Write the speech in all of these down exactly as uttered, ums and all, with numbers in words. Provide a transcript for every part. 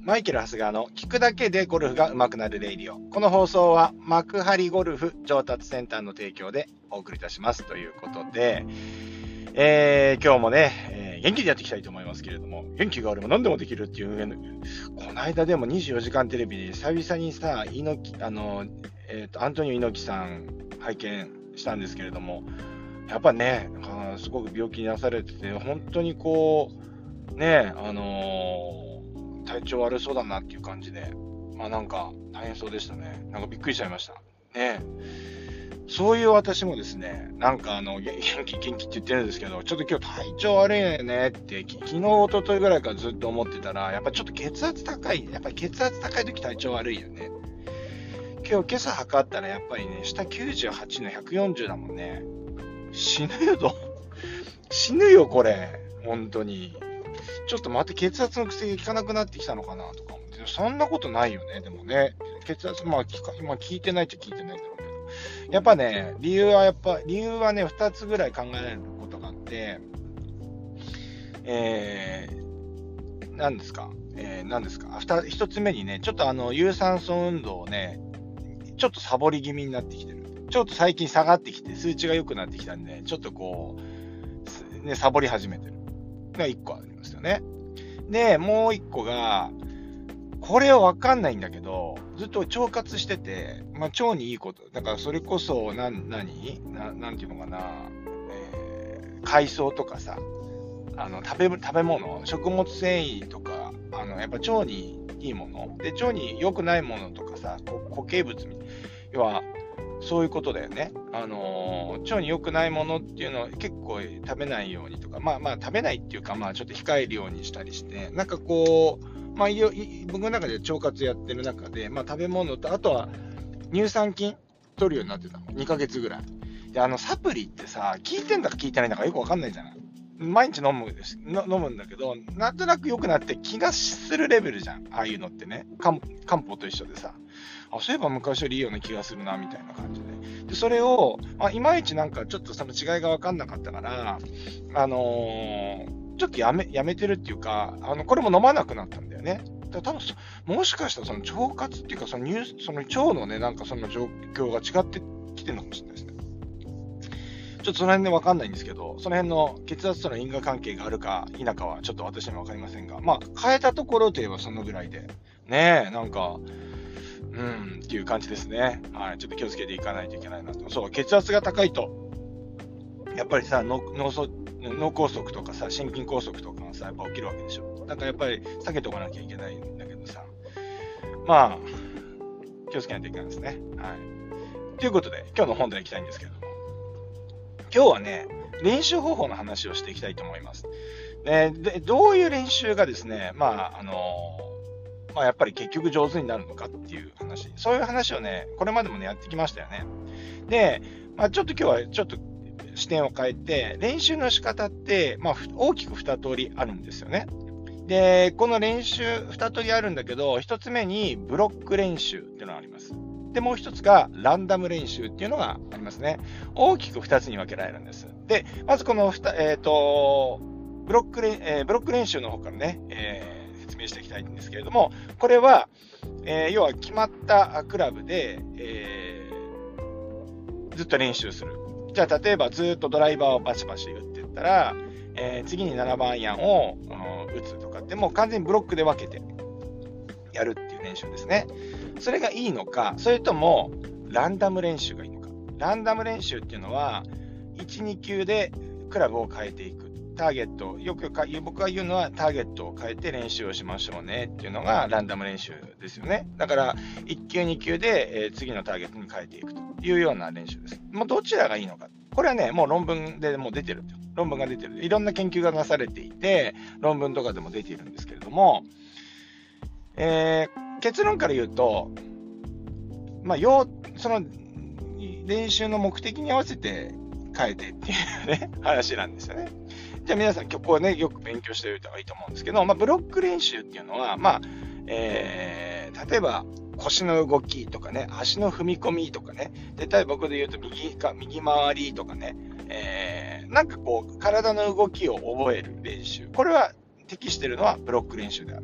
マイケル・ハスガーの聞くだけでゴルフが上手くなるレイディオ。この放送は幕張ゴルフ上達センターの提供でお送りいたしますということで、えー、今日もね、えー、元気でやっていきたいと思いますけれども、元気があれば何でもできるっていう、この間でもにじゅうよじかんテレビで久々にさ、猪木、あの、えっと、アントニオ猪木さん拝見したんですけれども、やっぱね、すごく病気になされてて、本当にこう、ね、あのー、体調悪そうだなっていう感じで、まあなんか大変そうでしたね。なんかびっくりしちゃいました。ね。そういう私もですね、なんかあの、元気元気って言ってるんですけど、ちょっと今日体調悪いねって、昨日、一昨日ぐらいからずっと思ってたら、やっぱちょっと血圧高い、やっぱり血圧高い時体調悪いよね。今日今朝測ったらやっぱりね、下きゅうじゅうはちのひゃくよんじゅうだもんね。死ぬよと。死ぬよこれ。本当に。ちょっと待って、血圧の薬が効かなくなってきたのかなとか思って、そんなことないよね、でもね。血圧、まあ、今聞いてないっちゃ聞いてないんだろうけど。やっぱね、理由はやっぱ、理由はね、ふたつぐらい考えられることがあって、えー、何ですか、えー、何ですか、ひとつめにね、ちょっとあの、有酸素運動をね、ちょっとサボり気味になってきてる。ちょっと最近下がってきて、数値が良くなってきたんで、ちょっとこう、ね、サボり始めてる。がいっこありますよね。で、もういっこが、これはわかんないんだけど、ずっと腸活してて、まあ、腸にいいこと、だからそれこそ、な、何ななんていうのかな、えー、海藻とかさ、あの、食べ、食べ物、食物繊維とか、あの、やっぱ腸にいいもの、で、腸に良くないものとかさ、固形物みたいな、要は、そういうことだよね。あのー、腸に良くないものっていうのは結構食べないようにとか、まあまあ食べないっていうか、まあちょっと控えるようにしたりして、なんかこう、まあ僕の中で腸活やってる中で、まあ食べ物と、あとは乳酸菌取るようになってたの。にかげつぐらい。で、あのサプリってさ、効いてんだか効いてないんだかよくわかんないじゃない。毎日飲むです飲むんだけど、なんとなく良くなって気がするレベルじゃん。ああいうのってね。漢方と一緒でさ。あ、そういえば昔よりいいような気がするな、みたいな感じで。で、それを、まあ、いまいちなんかちょっとその違いが分かんなかったから、あのー、ちょっとやめ、やめてるっていうか、あの、これも飲まなくなったんだよね。だ多分もしかしたらその腸活っていうか、その乳、その腸のね、なんかその状況が違ってきてるのかもしれないですね。ちょっとその辺で分かんないんですけど、その辺の血圧との因果関係があるか否かはちょっと私には分かりませんが、まあ、変えたところといえばそのぐらいで、ねえ、なんか、うん、っていう感じですね。はい。ちょっと気をつけていかないといけないなと。そう、血圧が高いと、やっぱりさ、脳脳梗塞とかさ、心筋梗塞とかがさ、やっぱ起きるわけでしょ。だからやっぱり避けておかなきゃいけないんだけどさ。まあ、気をつけないといけないですね。はい。ということで、今日の本題行きたいんですけども。今日はね、練習方法の話をしていきたいと思います。で、でどういう練習がですね、まあ、あのまあ、やっぱり結局上手になるのかっていう話。そういう話をね、これまでもね、やってきましたよね。で、まあ、ちょっと今日はちょっと視点を変えて、練習の仕方って、まあ、大きく二通りあるんですよね。で、この練習二通りあるんだけど、一つ目にブロック練習っていうのがあります。で、もう一つがランダム練習っていうのがありますね。大きく二つに分けられるんです。で、まずこの、えっと、ブロック練、えー、ブロック練習の方からね、えー、説明していきたいんですけれども、これは、えー、要は決まったクラブで、えー、ずっと練習する。じゃあ、例えばずっとドライバーをバシバシ打っていったら、えー、次にななばんアイアンを、うん、打つとかって、もう完全にブロックで分けてやるっていう練習ですね。それがいいのか、それともランダム練習がいいのか。ランダム練習っていうのは、いち、に球でクラブを変えていく。ターゲット、よくか僕が言うのはターゲットを変えて練習をしましょうねっていうのがランダム練習ですよね。だからいっ球に球で、えー、次のターゲットに変えていくというような練習です。もうどちらがいいのか。これはね、もう論文でもう出てる。論文が出てる。いろんな研究がなされていて、論文とかでも出ているんですけれども、えー、結論から言うと、まあ、要、その練習の目的に合わせて変えてっていうね、話なんですよね。じゃあ皆さん曲をね、よく勉強しておいた方がいいと思うんですけど、まあ、ブロック練習っていうのは、まあ、えー、例えば腰の動きとかね、足の踏み込みとかね、で、例えば僕で言うと右か、右回りとかね、えー、なんかこう、体の動きを覚える練習。これは適しているのはブロック練習であると。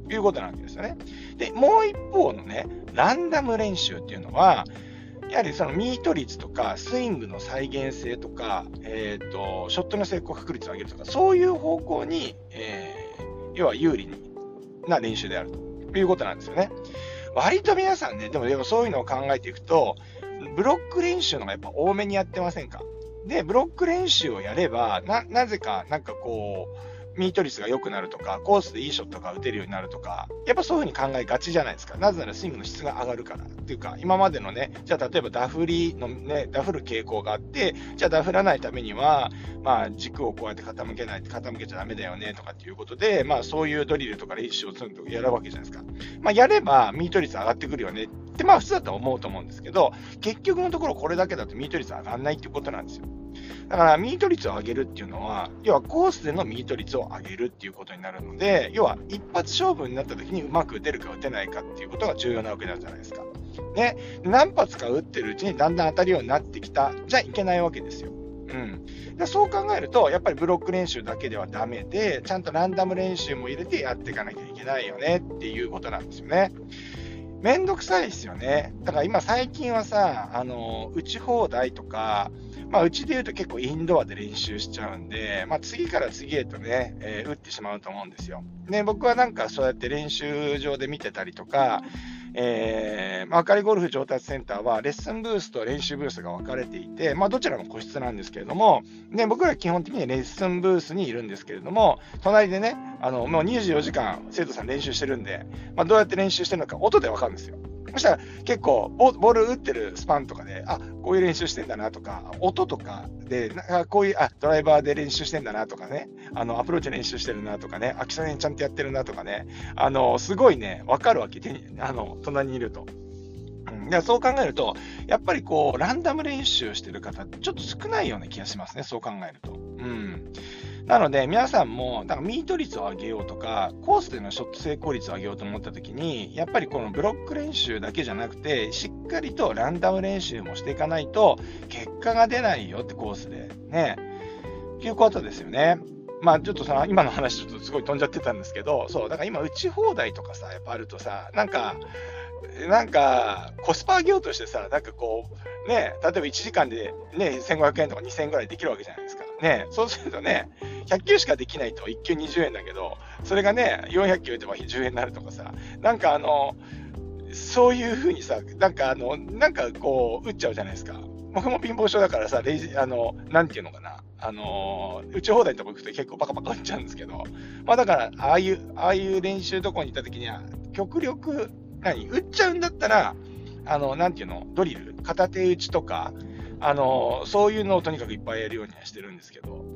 いうことなわけですよね。で、もう一方のね、ランダム練習っていうのは、やはりそのミート率とか、スイングの再現性とか、えーと、ショットの成功確率を上げるとか、そういう方向に、えー、要は有利な練習であるということなんですよね。割と皆さんね、でも、でもそういうのを考えていくと、ブロック練習の方がやっぱ多めにやってませんか？で、ブロック練習をやれば、な、なぜか、なんかこう、ミート率が良くなるとか、コースでいいショットが打てるようになるとか、やっぱそういう風に考えがちじゃないですか。なぜならスイングの質が上がるから。っていうか、今までのね、じゃあ例えばダフりのね、ダフる傾向があって、じゃあダフらないためには、まあ軸をこうやって傾けない、傾けちゃダメだよねとかっていうことで、まあそういうドリルとか練習をするとやるわけじゃないですか。まあやればミート率上がってくるよねって、まあ普通だと思うと思うんですけど、結局のところこれだけだとミート率上がらないっていうことなんですよ。だからミート率を上げるっていうのは、要はコースでのミート率を上げるっていうことになるので、要は一発勝負になった時にうまく打てるか打てないかっていうことが重要なわけなんじゃないですか。ね、何発か打ってるうちにだんだん当たるようになってきたじゃいけないわけですよ。うん、でそう考えると、やっぱりブロック練習だけではダメで、ちゃんとランダム練習も入れてやっていかなきゃいけないよねっていうことなんですよね。めんどくさいですよね。だから今最近はさ、あの打ち放題とか、まあ、うちで言うと結構インドアで練習しちゃうんで、まあ、次から次へとね、えー打ってしまうと思うんですよ。で、僕はなんかそうやって練習場で見てたりとか、えー、まあ、あかりゴルフ上達センターはレッスンブースと練習ブースが分かれていて、まあ、どちらも個室なんですけれども、ね、僕ら基本的にレッスンブースにいるんですけれども、隣でね、あのもうにじゅうよじかん生徒さん練習してるんで、まあ、どうやって練習してるのか音で分かるんですよ。そしたら結構ボール打ってるスパンとかで、あ、こういう練習してんだなとか、音とかで、なこういうあドライバーで練習してんだなとかね、あのアプローチ練習してるなとかね、秋雨にちゃんとやってるなとかね、あのすごいね、分かるわけ、手にあの隣にいると。うん、でそう考えると、やっぱりこうランダム練習してる方、ちょっと少ないような気がしますね、そう考えると。うんなので、皆さんも、だからミート率を上げようとか、コースでのショット成功率を上げようと思ったときに、やっぱりこのブロック練習だけじゃなくて、しっかりとランダム練習もしていかないと、結果が出ないよってコースで。ね。いうことですよね。まあちょっとさ、今の話ちょっとすごい飛んじゃってたんですけど、そう、だから今打ち放題とかさ、やっぱあるとさ、なんか、なんか、コスパ上げようとしてさ、なんかこう、ね、例えばいちじかんでね、せんごひゃくえんとかにせんえんぐらいできるわけじゃないですか。ね、そうするとね、ひゃっきゅうしかできないといっきゅうにじゅうえんだけど、それがね、よんひゃくきゅう打てばじゅうえんになるとかさ、なんかあの、そういう風にさ、なんかあの、なんかこう、打っちゃうじゃないですか。僕も貧乏症だからさ、レジあの、なんていうのかな、あの、打ち放題のとこ行くと結構バカバカ打っちゃうんですけど、まあだから、ああいう、ああいう練習とこに行った時には、極力、何、打っちゃうんだったら、あの、なんていうの、ドリル、片手打ちとか、あの、そういうのをとにかくいっぱいやるようにはしてるんですけど、うん、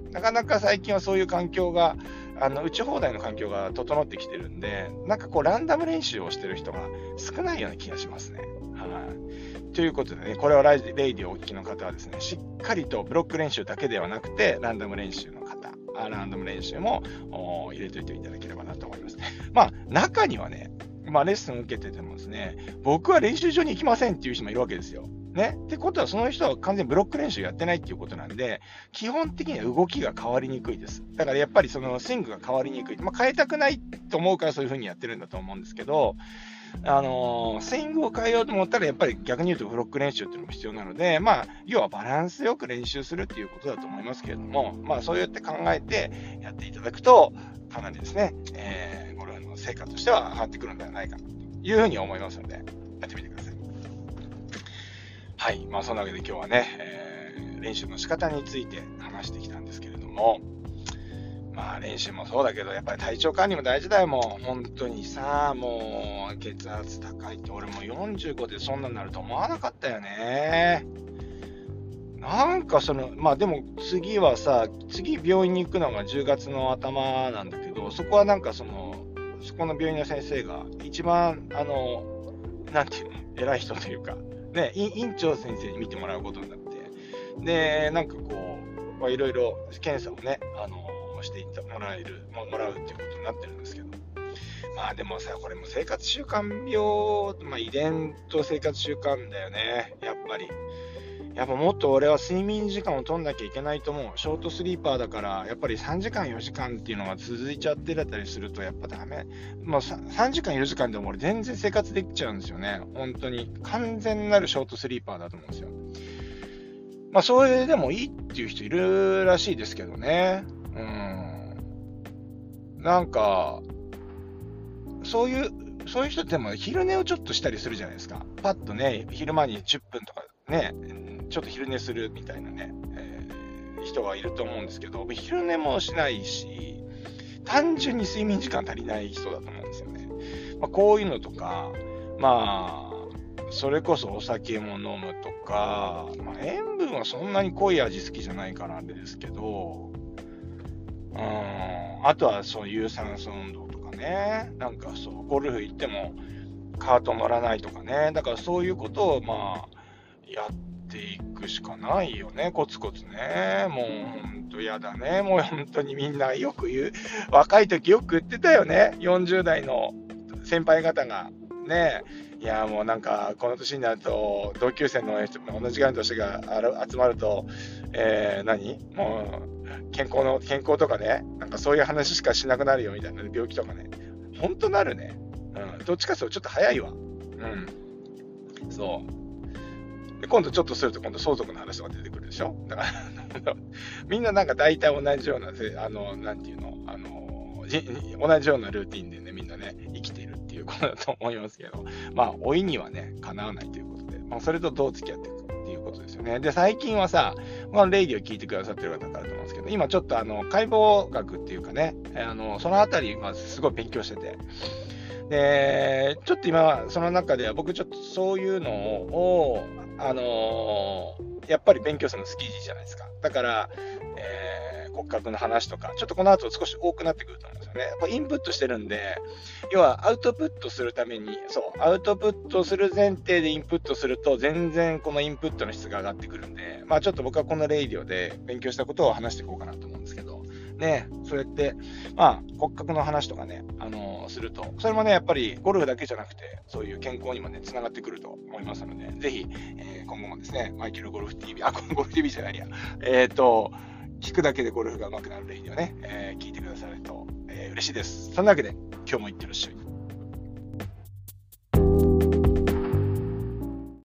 なかなか最近はそういう環境が、あの打ち放題の環境が整ってきてるんで、なんかこうランダム練習をしてる人が少ないような気がしますね。はい。ということでね、これはレイディをお聞きの方はですね、しっかりとブロック練習だけではなくて、ランダム練習の方、ランダム練習も入れておいていただければなと思います。まあ、中にはね、まあ、レッスンを受けててもですね、僕は練習場に行きませんっていう人もいるわけですよ。ね。ってことは、その人は完全にブロック練習やってないっていうことなんで、基本的には動きが変わりにくいです。だからやっぱりそのスイングが変わりにくい。まあ、変えたくないと思うからそういうふうにやってるんだと思うんですけど、あのー、スイングを変えようと思ったら、やっぱり逆に言うとブロック練習っていうのも必要なので、まあ、要はバランスよく練習するっていうことだと思いますけれども、まあ、そうやって考えてやっていただくと、かなりですね、えー、ゴルフの成果としては上がってくるんではないかというふうに思いますので、やってみてください。はい。まあ、そんなわけで今日はね、えー、練習の仕方について話してきたんですけれども、まあ練習もそうだけど、やっぱり体調管理も大事だよ、もう。本当にさ、もう血圧高いって、俺もよんじゅうごでそんなになると思わなかったよね。なんかその、まあでも次はさ、次病院に行くのがじゅうがつの頭なんだけど、そこはなんかその、そこの病院の先生が一番、あの、なんていうの、偉い人というか、ね、院長先生に見てもらうことになって、で、なんかこう、まあいろいろ検査をね、あの、していってもらえる、もらうっていうことになってるんですけど、まあでもさ、これも生活習慣病、まあ遺伝と生活習慣だよね、やっぱり。 やっぱもっと俺は睡眠時間を取んなきゃいけないと思う。ショートスリーパーだから、やっぱりさんじかんよじかんっていうのが続いちゃってたりすると、やっぱダメ。もうさんじかんよじかんでも俺全然生活できちゃうんですよね。本当に。完全なるショートスリーパーだと思うんですよ。まあ、それでもいいっていう人いるらしいですけどね。うん。なんか、そういう、そういう人っても昼寝をちょっとしたりするじゃないですか。パッとね、昼間にじゅっぷんとかね、ちょっと昼寝するみたいなね、えー、人はいると思うんですけど、昼寝もしないし、単純に睡眠時間足りない人だと思うんですよね。まあ、こういうのとか、まあ、それこそお酒も飲むとか、まあ、塩分はそんなに濃い味好きじゃないからあれですけど、うん、あとはそういう有酸素運動とかね、なんかそう、ゴルフ行ってもカート乗らないとかね、だからそういうことをまあ、やっていくしかないよね、コツコツね。もうほんと嫌だね。もう本当にみんなよく言う、若い時よく言ってたよね。よんじゅう代の先輩方が。ね、いやもうなんかこの年になると同級生の人同じぐらいの年が集まると、えー、何もう健康の健康とかね、なんかそういう話しかしなくなるよみたいな、病気とかね。本当なるね。うん、どっちかというとちょっと早いわ。うん。そう。で今度ちょっとすると今度相続の話とか出てくるでしょ。だからみんななんか大体同じような、あの、なんていうの、あの、同じようなルーティンでね、みんなね、生きているっていうことだと思いますけど、まあ、老いにはね、かなわないということで、まあ、それとどう付き合っていくかっていうことですよね。で、最近はさ、まあ、レイディを聞いてくださってる方からと思うんですけど、今ちょっとあの、解剖学っていうかね、あの、そのあたり、まあ、すごい勉強してて、で、ちょっと今、その中では僕ちょっとそういうのを、あのー、やっぱり勉強するの好きじゃないですか。だから、えー、骨格の話とか、ちょっとこの後少し多くなってくると思うんですよね。やっぱインプットしてるんで、要はアウトプットするために、そう、アウトプットする前提でインプットすると、全然このインプットの質が上がってくるんで、まあちょっと僕はこのレイディオで勉強したことを話していこうかなと思うんですけど、ね、それって、まあ骨格の話とかね、あのー、すると、それもね、やっぱりゴルフだけじゃなくて、そういう健康にもね、つながってくると思いますので、ぜひ、えー、今後もですね、マイケルゴルフ ティーブイ、あ、ゴルフ ティーブイ じゃないや、えっと、聞くだけでゴルフが上手くなるレイディをね、えー、聞いてくださると、えー、嬉しいです。そんなわけで、今日もいってらっしゃい。